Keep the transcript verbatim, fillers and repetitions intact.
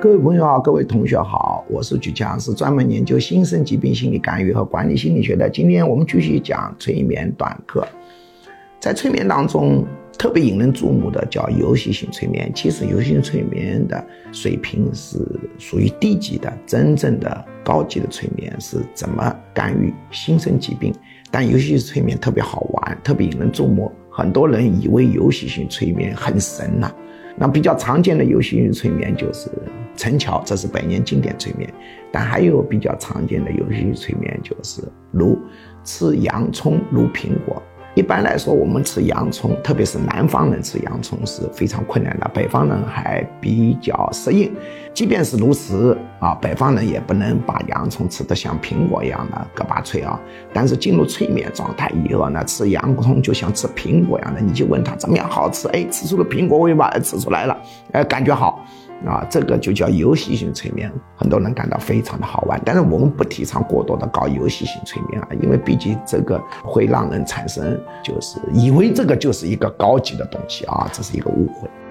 各位朋友好，各位同学好，我是举强，是专门研究新生疾病心理干预和管理心理学的。今天我们继续讲催眠短课。在催眠当中，特别引人注目的叫游戏性催眠。其实游戏性催眠的水平是属于低级的，真正的高级的催眠是怎么干预新生疾病。但游戏性催眠特别好玩，特别引人注目。很多人以为游戏性催眠很神呐、啊。那比较常见的游戏性催眠就是陈桥，这是百年经典催眠。但还有比较常见的游戏性催眠就是如吃洋葱如苹果。一般来说，我们吃洋葱，特别是南方人吃洋葱是非常困难的，北方人还比较适应。即便是如此啊，北方人也不能把洋葱吃得像苹果一样的咯巴脆啊。但是进入催眠状态以后呢，吃洋葱就像吃苹果一样的，你就问他怎么样好吃，哎，吃出了苹果味吧，吃出来了，哎，感觉好。啊，这个就叫游戏性催眠，很多人感到非常的好玩，但是我们不提倡过多的搞游戏性催眠啊，因为毕竟这个会让人产生就是以为这个就是一个高级的东西啊，这是一个误会。